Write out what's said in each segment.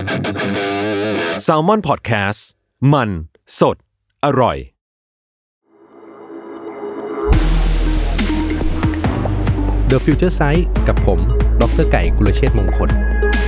Salmon Podcast มันสดอร่อย The Future Sight กับผมดร.ไก่กุลเชษฐ์มงคล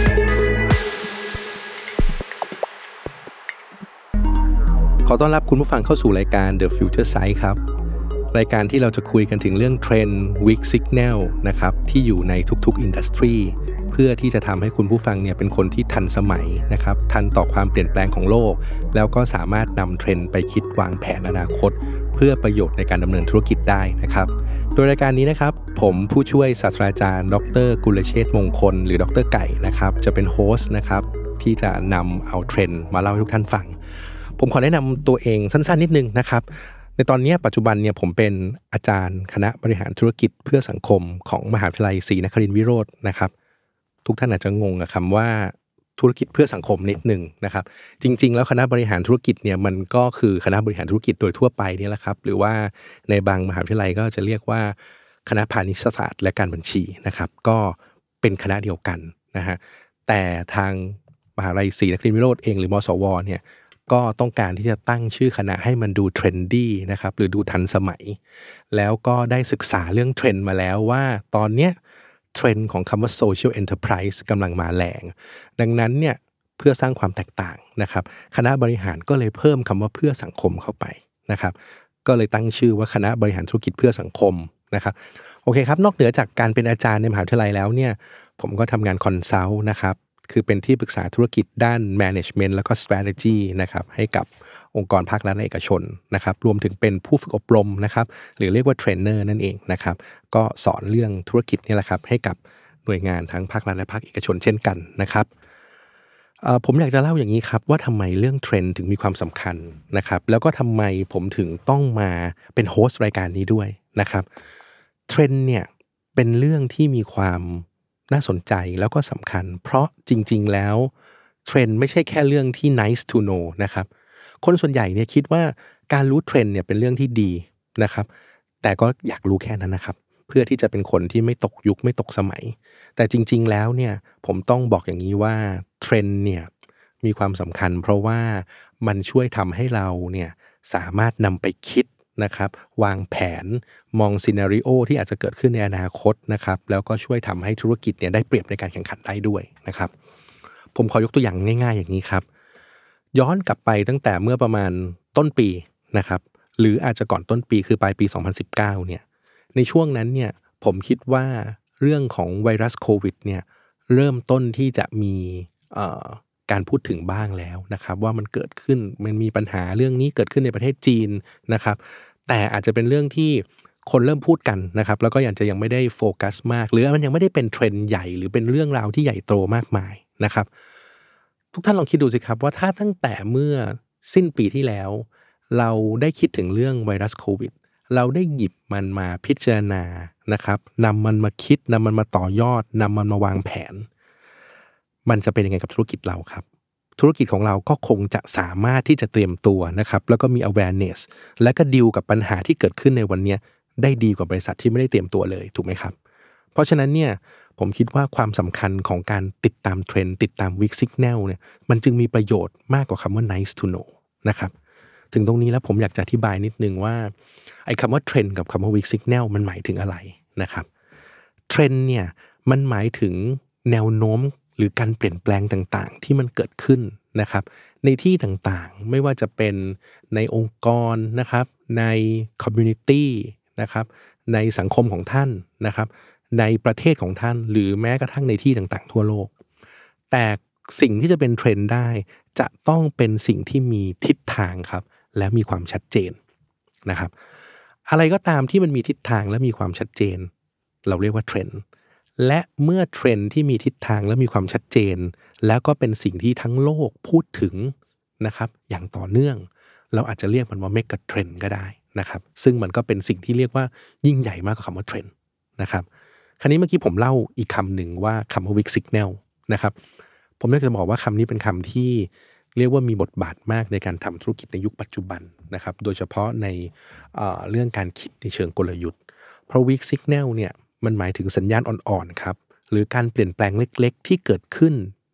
ขอต้อนรับคุณผู้ฟังเข้าสู่รายการ The Future Sight ครับรายการที่เราจะคุยกันถึงเรื่องเทรนด์ Weak Signal นะครับที่อยู่ในทุกๆอินดัสทรีเพื่อที่จะทำให้คุณผู้ฟังเนี่ยเป็นคนที่ทันสมัยนะครับทันต่อความเปลี่ยนแปลงของโลกแล้วก็สามารถนำเทรนด์ไปคิดวางแผนอนาคตเพื่อประโยชน์ในการดำเนินธุรกิจได้นะครับโดยรายการนี้นะครับผมผู้ช่วยศาสตราจารย์ดร.กุลเชษฐ์มงคลหรือดร.ไก่นะครับจะเป็นโฮสต์นะครับที่จะนำเอาเทรนด์มาเล่าให้ทุกท่านฟังผมขอแนะนำตัวเองสั้นๆนิดนึงนะครับในตอนนี้ปัจจุบันเนี่ยผมเป็นอาจารย์คณะบริหารธุรกิจเพื่อสังคมของมหาวิทยาลัยศรีนครินทรวิโรจน์นะครับทุกท่านอาจจะงงกับคำว่าธุรกิจเพื่อสังคมนิดนึงนะครับจริงๆแล้วคณะบริหารธุรกิจเนี่ยมันก็คือคณะบริหารธุรกิจโดยทั่วไปนี่แหละครับหรือว่าในบางมหาวิทยาลัยก็จะเรียกว่าคณะพาณิชยศาสตร์และการบัญชีนะครับก็เป็นคณะเดียวกันนะฮะแต่ทางมหาวิทยาลัยศรีนครินทรวิโรจน์เองหรือมศวเนี่ยก็ต้องการที่จะตั้งชื่อคณะให้มันดูเทรนดี้นะครับหรือดูทันสมัยแล้วก็ได้ศึกษาเรื่องเทรนด์มาแล้วว่าตอนเนี้ยเทรนด์ของคำว่า social enterprise กำลังมาแรงดังนั้นเนี่ยเพื่อสร้างความแตกต่างนะครับคณะบริหารก็เลยเพิ่มคำว่าเพื่อสังคมเข้าไปนะครับก็เลยตั้งชื่อว่าคณะบริหารธุรกิจเพื่อสังคมนะครับโอเคครับนอกเหนือจากการเป็นอาจารย์ในมหาวิทยาลัยแล้วเนี่ยผมก็ทำงานคอนซัลท์นะครับคือเป็นที่ปรึกษาธุรกิจด้าน management แล้วก็ strategy นะครับให้กับองค์กรภาครัฐและเอกชนนะครับรวมถึงเป็นผู้ฝึกอบรมนะครับหรือเรียกว่าเทรนเนอร์นั่นเองนะครับก็สอนเรื่องธุรกิจนี่แหละครับให้กับหน่วยงานทั้งภาครัฐและภาคเอกชนเช่นกันนะครับผมอยากจะเล่าอย่างนี้ครับว่าทำไมเรื่องเทรนด์ถึงมีความสำคัญนะครับแล้วก็ทำไมผมถึงต้องมาเป็นโฮสต์รายการนี้ด้วยนะครับเทรนด์เนี่ยเป็นเรื่องที่มีความน่าสนใจแล้วก็สำคัญเพราะจริงๆแล้วเทรนด์ไม่ใช่แค่เรื่องที่ nice to know นะครับคนส่วนใหญ่เนี่ยคิดว่าการรู้เทรนด์เนี่ยเป็นเรื่องที่ดีนะครับแต่ก็อยากรู้แค่นั้นนะครับเพื่อที่จะเป็นคนที่ไม่ตกยุคไม่ตกสมัยแต่จริงๆแล้วเนี่ยผมต้องบอกอย่างนี้ว่าเทรนด์เนี่ยมีความสำคัญเพราะว่ามันช่วยทำให้เราเนี่ยสามารถนำไปคิดนะครับวางแผนมองซีนาริโอที่อาจจะเกิดขึ้นในอนาคตนะครับแล้วก็ช่วยทำให้ธุรกิจเนี่ยได้เปรียบในการแข่งขันได้ด้วยนะครับผมขอยกตัวอย่างง่ายๆอย่างนี้ครับย้อนกลับไปตั้งแต่เมื่อประมาณต้นปีนะครับหรืออาจจะก่อนต้นปีคือปลายปี2019เนี่ยในช่วงนั้นเนี่ยผมคิดว่าเรื่องของไวรัสโควิดเนี่ยเริ่มต้นที่จะมีการพูดถึงบ้างแล้วนะครับว่ามันเกิดขึ้นมันมีปัญหาเรื่องนี้เกิดขึ้นในประเทศจีนนะครับแต่อาจจะเป็นเรื่องที่คนเริ่มพูดกันนะครับแล้วก็ยังไม่ได้โฟกัสมากหรือมันยังไม่ได้เป็นเทรนด์ใหญ่หรือเป็นเรื่องราวที่ใหญ่โตมากมายนะครับทุกท่านลองคิดดูสิครับว่าถ้าตั้งแต่เมื่อสิ้นปีที่แล้วเราได้คิดถึงเรื่องไวรัสโควิดเราได้หยิบมันมาพิจารณานะครับนำมันมาคิดนำมันมาต่อยอดนำมันมาวางแผนมันจะเป็นยังไงกับธุรกิจเราครับธุรกิจของเราก็คงจะสามารถที่จะเตรียมตัวนะครับแล้วก็มี awareness และก็ดีลกับปัญหาที่เกิดขึ้นในวันนี้ได้ดีกว่าบริษัทที่ไม่ได้เตรียมตัวเลยถูกไหมครับเพราะฉะนั้นเนี่ยผมคิดว่าความสำคัญของการติดตามเทรนด์ติดตาม weak signal เนี่ยมันจึงมีประโยชน์มากกว่าคำว่า nice to know นะครับถึงตรงนี้แล้วผมอยากจะอธิบายนิดนึงว่าไอ้คำว่าเทรนด์กับคำว่า weak signal มันหมายถึงอะไรนะครับเทรนด์เนี่ยมันหมายถึงแนวโน้มหรือการเปลี่ยนแปลงต่างๆที่มันเกิดขึ้นนะครับในที่ต่างๆไม่ว่าจะเป็นในองค์กรนะครับในคอมมูนิตี้นะครับในสังคมของท่านนะครับในประเทศของท่านหรือแม้กระทั่งในที่ต่างๆทั่วโลกแต่สิ่งที่จะเป็นเทรนด์ได้จะต้องเป็นสิ่งที่มีทิศทางครับและมีความชัดเจนนะครับอะไรก็ตามที่มันมีทิศทางและมีความชัดเจนเราเรียกว่าเทรนด์และเมื่อเทรนด์ที่มีทิศทางและมีความชัดเจนแล้วก็เป็นสิ่งที่ทั้งโลกพูดถึงนะครับอย่างต่อเนื่องเราอาจจะเรียกมันว่าเมกะเทรนด์ก็ได้นะครับซึ่งมันก็เป็นสิ่งที่เรียกว่ายิ่งใหญ่มากกว่าคำว่าเทรนด์นะครับคราวนี้เมื่อกี้ผมเล่าอีกคำหนึ่งว่าคำว่า weak signal นะครับผมอยากจะบอกว่าคำนี้เป็นคำที่เรียกว่ามีบทบาทมากในการทำธุรกิจในยุคปัจจุบันนะครับโดยเฉพาะในเรื่องการคิดในเชิงกลยุทธ์เพราะ weak signal เนี่ยมันหมายถึงสัญญาณอ่อนๆครับหรือการเปลี่ยนแปลงเล็กๆที่เกิดขึ้น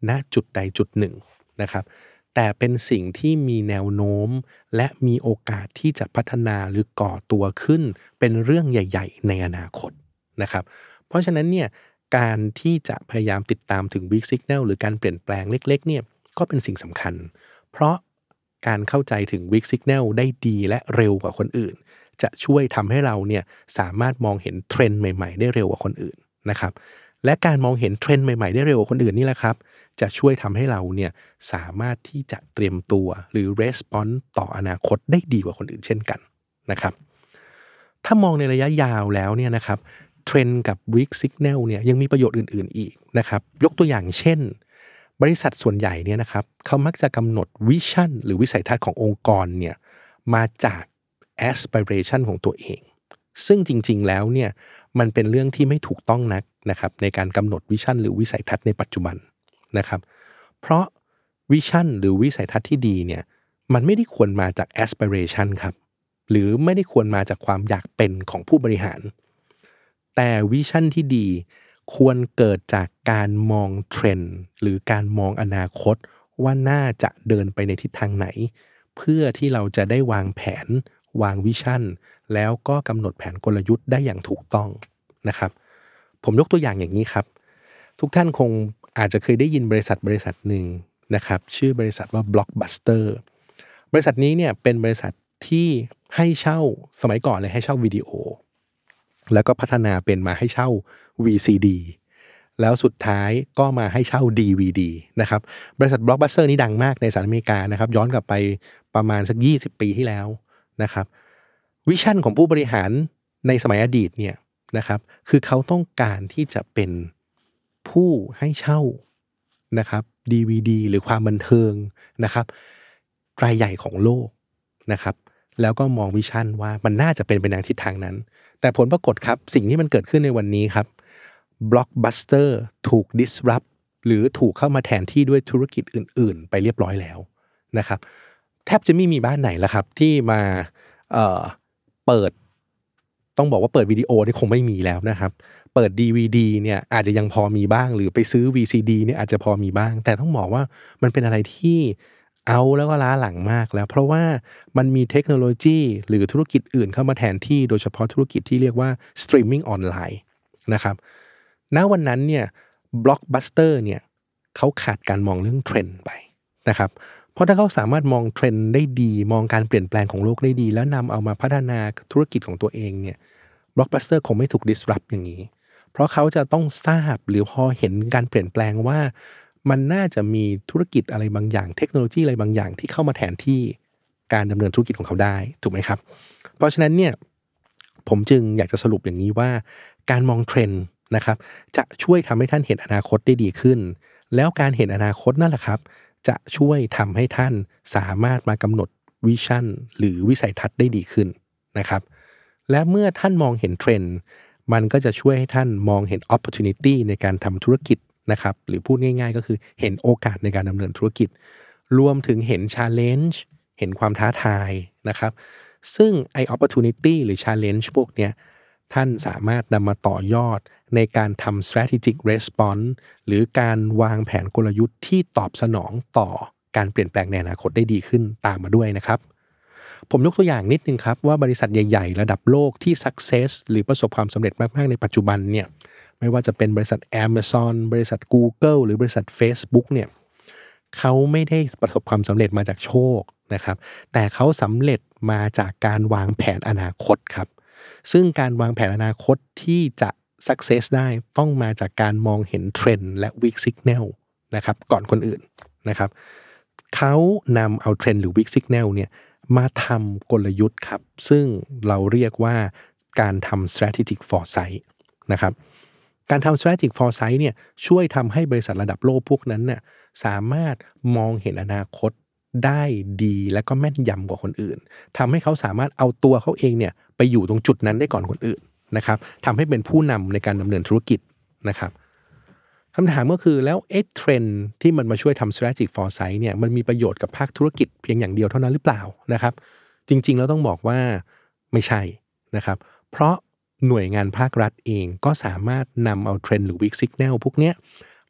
ณจุดใดจุดหนึ่งนะครับแต่เป็นสิ่งที่มีแนวโน้มและมีโอกาสที่จะพัฒนาหรือก่อตัวขึ้นเป็นเรื่องใหญ่ๆในอนาคตนะครับเพราะฉะนั้นเนี่ยการที่จะพยายามติดตามถึง weak signal หรือการเปลี่ยนแปลงเล็กๆเนี่ยก็เป็นสิ่งสำคัญเพราะการเข้าใจถึง weak signal ได้ดีและเร็วกว่าคนอื่นจะช่วยทำให้เราเนี่ยสามารถมองเห็นเทรนด์ใหม่ๆได้เร็วกว่าคนอื่นนะครับและการมองเห็นเทรนด์ใหม่ๆได้เร็วกว่าคนอื่นนี่แหละครับจะช่วยทำให้เราเนี่ยสามารถที่จะเตรียมตัวหรือ response ต่ออนาคตได้ดีกว่าคนอื่นเช่นกันนะครับถ้ามองในระยะยาวแล้วเนี่ยนะครับเทรนด์กับ weak signal เนี่ยยังมีประโยชน์อื่นๆอีกนะครับยกตัวอย่างเช่นบริษัทส่วนใหญ่เนี่ยนะครับเขามักจะกำหนดวิชั่นหรือวิสัยทัศน์ขององค์กรเนี่ยมาจาก aspiration ของตัวเองซึ่งจริงๆแล้วเนี่ยมันเป็นเรื่องที่ไม่ถูกต้องนักนะครับในการกำหนดวิชั่นหรือวิสัยทัศน์ในปัจจุบันนะครับเพราะวิชั่นหรือวิสัยทัศน์ที่ดีเนี่ยมันไม่ได้ควรมาจาก aspiration ครับหรือไม่ได้ควรมาจากความอยากเป็นของผู้บริหารแต่วิชั่นที่ดีควรเกิดจากการมองเทรนด์หรือการมองอนาคตว่าน่าจะเดินไปในทิศทางไหนเพื่อที่เราจะได้วางแผนวางวิชั่นแล้วก็กำหนดแผนกลยุทธ์ได้อย่างถูกต้องนะครับผมยกตัวอย่างอย่างนี้ครับทุกท่านคงอาจจะเคยได้ยินบริษัทหนึ่งนะครับชื่อบริษัทว่า Blockbuster บริษัทนี้เนี่ยเป็นบริษัทที่ให้เช่าสมัยก่อนเลยให้เช่าวิดีโอแล้วก็พัฒนาเป็นมาให้เช่า VCD แล้วสุดท้ายก็มาให้เช่า DVD นะครับบริษัท Blockbuster นี่ดังมากในสหรัฐอเมริกานะครับย้อนกลับไปประมาณสัก20ปีที่แล้วนะครับวิชั่นของผู้บริหารในสมัยอดีตเนี่ยนะครับคือเขาต้องการที่จะเป็นผู้ให้เช่านะครับ DVD หรือความบันเทิงนะครับรายใหญ่ของโลกนะครับแล้วก็มองวิชั่นว่ามันน่าจะเป็นไปในทิศทางนั้นแต่ผลปรากฏครับสิ่งที่มันเกิดขึ้นในวันนี้ครับ Blockbuster ถูก disrupt หรือถูกเข้ามาแทนที่ด้วยธุรกิจอื่นๆไปเรียบร้อยแล้วนะครับแทบจะไม่มีบ้านไหนแล้วครับที่มาเปิดต้องบอกว่าเปิดวิดีโอนี่คงไม่มีแล้วนะครับเปิด DVD เนี่ยอาจจะยังพอมีบ้างหรือไปซื้อ VCD เนี่ยอาจจะพอมีบ้างแต่ต้องบอกว่ามันเป็นอะไรที่เอาแล้วก็ล้าหลังมากแล้วเพราะว่ามันมีเทคโนโลยีหรือธุรกิจอื่นเข้ามาแทนที่โดยเฉพาะธุรกิจที่เรียกว่าสตรีมมิ่งออนไลน์นะครับณวันนั้นเนี่ย Blockbuster เนี่ยเขาขาดการมองเรื่องเทรนด์ไปนะครับเพราะถ้าเขาสามารถมองเทรนด์ได้ดีมองการเปลี่ยนแปลงของโลกได้ดีแล้วนำเอามาพัฒนาธุรกิจของตัวเองเนี่ย Blockbuster คงไม่ถูก disrupt อย่างนี้เพราะเขาจะต้องทราบหรือพอเห็นการเปลี่ยนแปลงว่ามันน่าจะมีธุรกิจอะไรบางอย่างเทคโนโลยีอะไรบางอย่างที่เข้ามาแทนที่การดำเนินธุรกิจของเขาได้ถูกไหมครับเพราะฉะนั้นเนี่ยผมจึงอยากจะสรุปอย่างนี้ว่าการมองเทรนด์นะครับจะช่วยทำให้ท่านเห็นอนาคตได้ดีขึ้นแล้วการเห็นอนาคตนั่นแหละครับจะช่วยทำให้ท่านสามารถมากำหนดวิชั่นหรือวิสัยทัศน์ได้ดีขึ้นนะครับและเมื่อท่านมองเห็นเทรนด์มันก็จะช่วยให้ท่านมองเห็น opportunity ในการทำธุรกิจนะครับหรือพูดง่ายๆก็คือเห็นโอกาสในการดำเนินธุรกิจรวมถึงเห็น challenge เห็นความท้าทายนะครับซึ่งไอ้ opportunity หรือ challenge พวกเนี้ยท่านสามารถนำมาต่อยอดในการทำ strategic response หรือการวางแผนกลยุทธ์ที่ตอบสนองต่อการเปลี่ยนแปลงในอนาคตได้ดีขึ้นตามมาด้วยนะครับผมยกตัวอย่างนิดนึงครับว่าบริษัทใหญ่ๆระดับโลกที่ success หรือประสบความสำเร็จมากๆในปัจจุบันเนี่ยไม่ว่าจะเป็นบริษัท Amazon บริษัท Google หรือบริษัท Facebook เนี่ยเขาไม่ได้ประสบความสำเร็จมาจากโชคนะครับแต่เขาสำเร็จมาจากการวางแผนอนาคตครับซึ่งการวางแผนอนาคตที่จะ success ได้ต้องมาจากการมองเห็นเทรนด์และ weak signal นะครับก่อนคนอื่นนะครับเขานำเอาเทรนด์หรือ weak signal เนี่ยมาทำกลยุทธ์ครับซึ่งเราเรียกว่าการทำ strategic foresight นะครับการทำ strategic foresight เนี่ยช่วยทำให้บริษัทระดับโลกพวกนั้นน่ะสามารถมองเห็นอนาคตได้ดีและก็แม่นยำกว่าคนอื่นทำให้เขาสามารถเอาตัวเขาเองเนี่ยไปอยู่ตรงจุดนั้นได้ก่อนคนอื่นนะครับทำให้เป็นผู้นำในการดำเนินธุรกิจนะครับคำถามก็คือแล้วเทรนด์ที่มันมาช่วยทำ strategic foresight เนี่ยมันมีประโยชน์กับภาคธุรกิจเพียงอย่างเดียวเท่านั้นหรือเปล่านะครับจริงๆแล้วต้องบอกว่าไม่ใช่นะครับเพราะหน่วยงานภาครัฐเองก็สามารถนำเอาเทรนด์หรือ weak signal พวกเนี้ย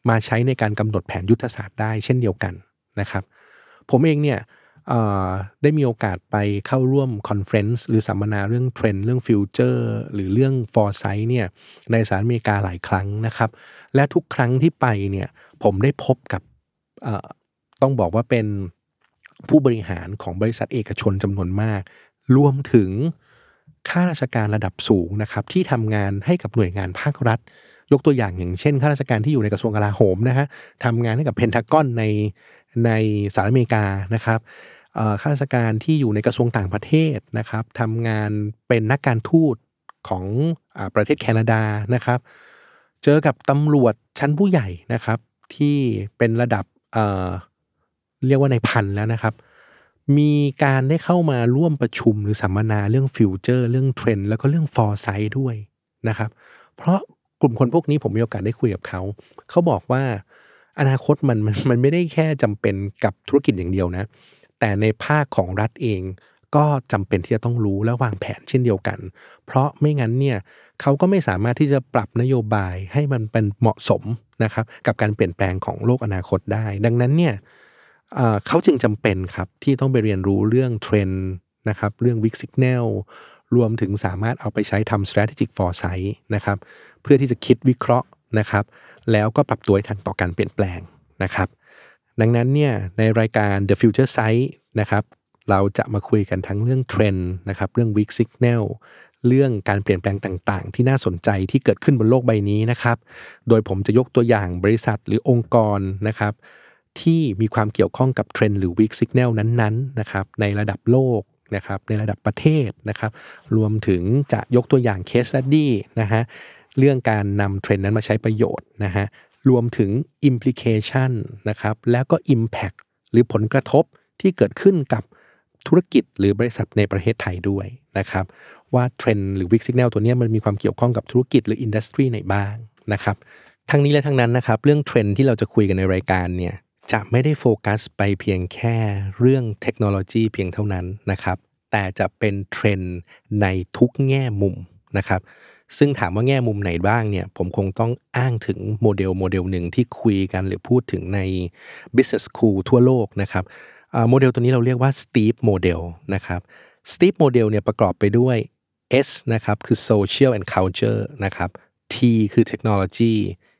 มาใช้ในการกำหนดแผนยุทธศาสตร์ได้เช่นเดียวกันนะครับผมเองเนี่ยได้มีโอกาสไปเข้าร่วมคอนเฟรนซ์หรือสัมมนาเรื่องเทรนด์เรื่องฟิวเจอร์หรือเรื่องฟอร์ไซต์เนี่ยในสหรัฐอเมริกาหลายครั้งนะครับและทุกครั้งที่ไปเนี่ยผมได้พบกับต้องบอกว่าเป็นผู้บริหารของบริษัทเอกชนจำนวนมากรวมถึงข้าราชการระดับสูงนะครับที่ทำงานให้กับหน่วยงานภาครัฐยกตัวอย่างเช่นข้าราชการที่อยู่ในกระทรวงกลาโหมนะฮะทำงานให้กับเพนทากอนในสหรัฐอเมริกานะครับข้าราชการที่อยู่ในกระทรวงต่างประเทศนะครับทำงานเป็นนักการทูตของประเทศแคนาดานะครับเจอกับตำรวจชั้นผู้ใหญ่นะครับที่เป็นระดับเรียกว่าในพันแล้วนะครับมีการได้เข้ามาร่วมประชุมหรือสัมมนาเรื่องฟิวเจอร์เรื่องเทรนด์แล้วก็เรื่องฟอร์ไซต์ด้วยนะครับเพราะกลุ่มคนพวกนี้ผมมีโอกาสได้คุยกับเขาบอกว่าอนาคตมันไม่ได้แค่จำเป็นกับธุรกิจอย่างเดียวนะแต่ในภาคของรัฐเองก็จำเป็นที่จะต้องรู้และวางแผนเช่นเดียวกันเพราะไม่งั้นเนี่ยเขาก็ไม่สามารถที่จะปรับนโยบายให้มันเป็นเหมาะสมนะครับกับการเปลี่ยนแปลงของโลกอนาคตได้ดังนั้นเนี่ยเขาจึงจำเป็นครับที่ต้องไปเรียนรู้เรื่องเทรนด์นะครับเรื่อง Weak Signal รวมถึงสามารถเอาไปใช้ทำ strategic foresight นะครับเพื่อที่จะคิดวิเคราะห์นะครับแล้วก็ปรับตัวให้ทันต่อการเปลี่ยนแปลงนะครับดังนั้นเนี่ยในรายการ The Future Sight นะครับเราจะมาคุยกันทั้งเรื่องเทรนด์นะครับเรื่อง Weak Signal เรื่องการเปลี่ยนแปลงต่างๆที่น่าสนใจที่เกิดขึ้นบนโลกใบนี้นะครับโดยผมจะยกตัวอย่างบริษัทหรือองค์กรนะครับที่มีความเกี่ยวข้องกับเทรนด์หรือ Weak Signal นั้นๆนะครับในระดับโลกนะครับในระดับประเทศนะครับรวมถึงจะยกตัวอย่าง Case Study นะฮะเรื่องการนำเทรนด์นั้นมาใช้ประโยชน์นะฮะรวมถึง implication นะครับแล้วก็ impact หรือผลกระทบที่เกิดขึ้นกับธุรกิจหรือบริษัทในประเทศไทยด้วยนะครับว่าเทรนด์หรือ Weak Signal ตัวนี้มันมีความเกี่ยวข้องกับธุรกิจหรืออินดัสทรีไหนบ้างนะครับทั้งนี้และทั้งนั้นนะครับเรื่องเทรนด์ที่เราจะคุยกันในรายการเนี่ยจะไม่ได้โฟกัสไปเพียงแค่เรื่องเทคโนโลยีเพียงเท่านั้นนะครับแต่จะเป็นเทรนด์ในทุกแง่มุมนะครับซึ่งถามว่าแง่มุมไหนบ้างเนี่ยผมคงต้องอ้างถึงโมเดลหนึ่งที่คุยกันหรือพูดถึงใน Business School ทั่วโลกนะครับโมเดลตัวนี้เราเรียกว่า STEEP Model นะครับ STEEP Model เนี่ยประกอบไปด้วย S นะครับคือ Social and Culture นะครับ T คือ Technology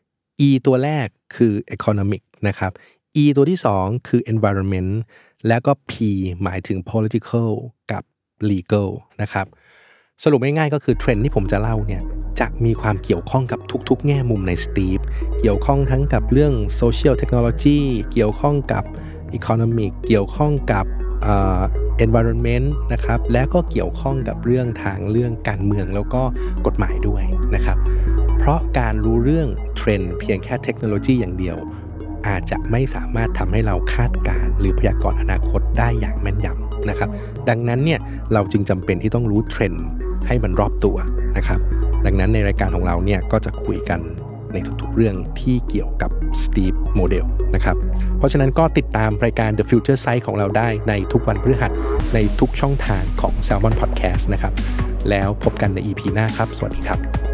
E ตัวแรกคือ Economic นะครับ E ตัวที่2คือ Environment แล้วก็ P หมายถึง Political กับ Legal นะครับสรุปง่ายๆก็คือเทรนด์ที่ผมจะเล่าเนี่ยจะมีความเกี่ยวข้องกับทุกๆแง่มุมใน STEEP เกี่ยวข้องทั้งกับเรื่อง Social Technology เกี่ยวข้องกับ Economic เกี่ยวข้องกับenvironment นะครับและก็เกี่ยวข้องกับเรื่องทางเรื่องการเมืองแล้วก็กฎหมายด้วยนะครับเพราะการรู้เรื่องเทรนด์เพียงแค่เทคโนโลยีอย่างเดียวอาจจะไม่สามารถทำให้เราคาดการณ์หรือพยากรณ์อนาคตได้อย่างแม่นยำนะครับดังนั้นเนี่ยเราจึงจำเป็นที่ต้องรู้เทรนด์ให้มันรอบตัวนะครับดังนั้นในรายการของเราเนี่ยก็จะคุยกันในทุกๆเรื่องที่เกี่ยวกับ STEEP Model นะครับเพราะฉะนั้นก็ติดตามรายการ The Future Sight ของเราได้ในทุกวันพฤหัสในทุกช่องทางของ Salmon Podcast นะครับแล้วพบกันใน EP หน้าครับสวัสดีครับ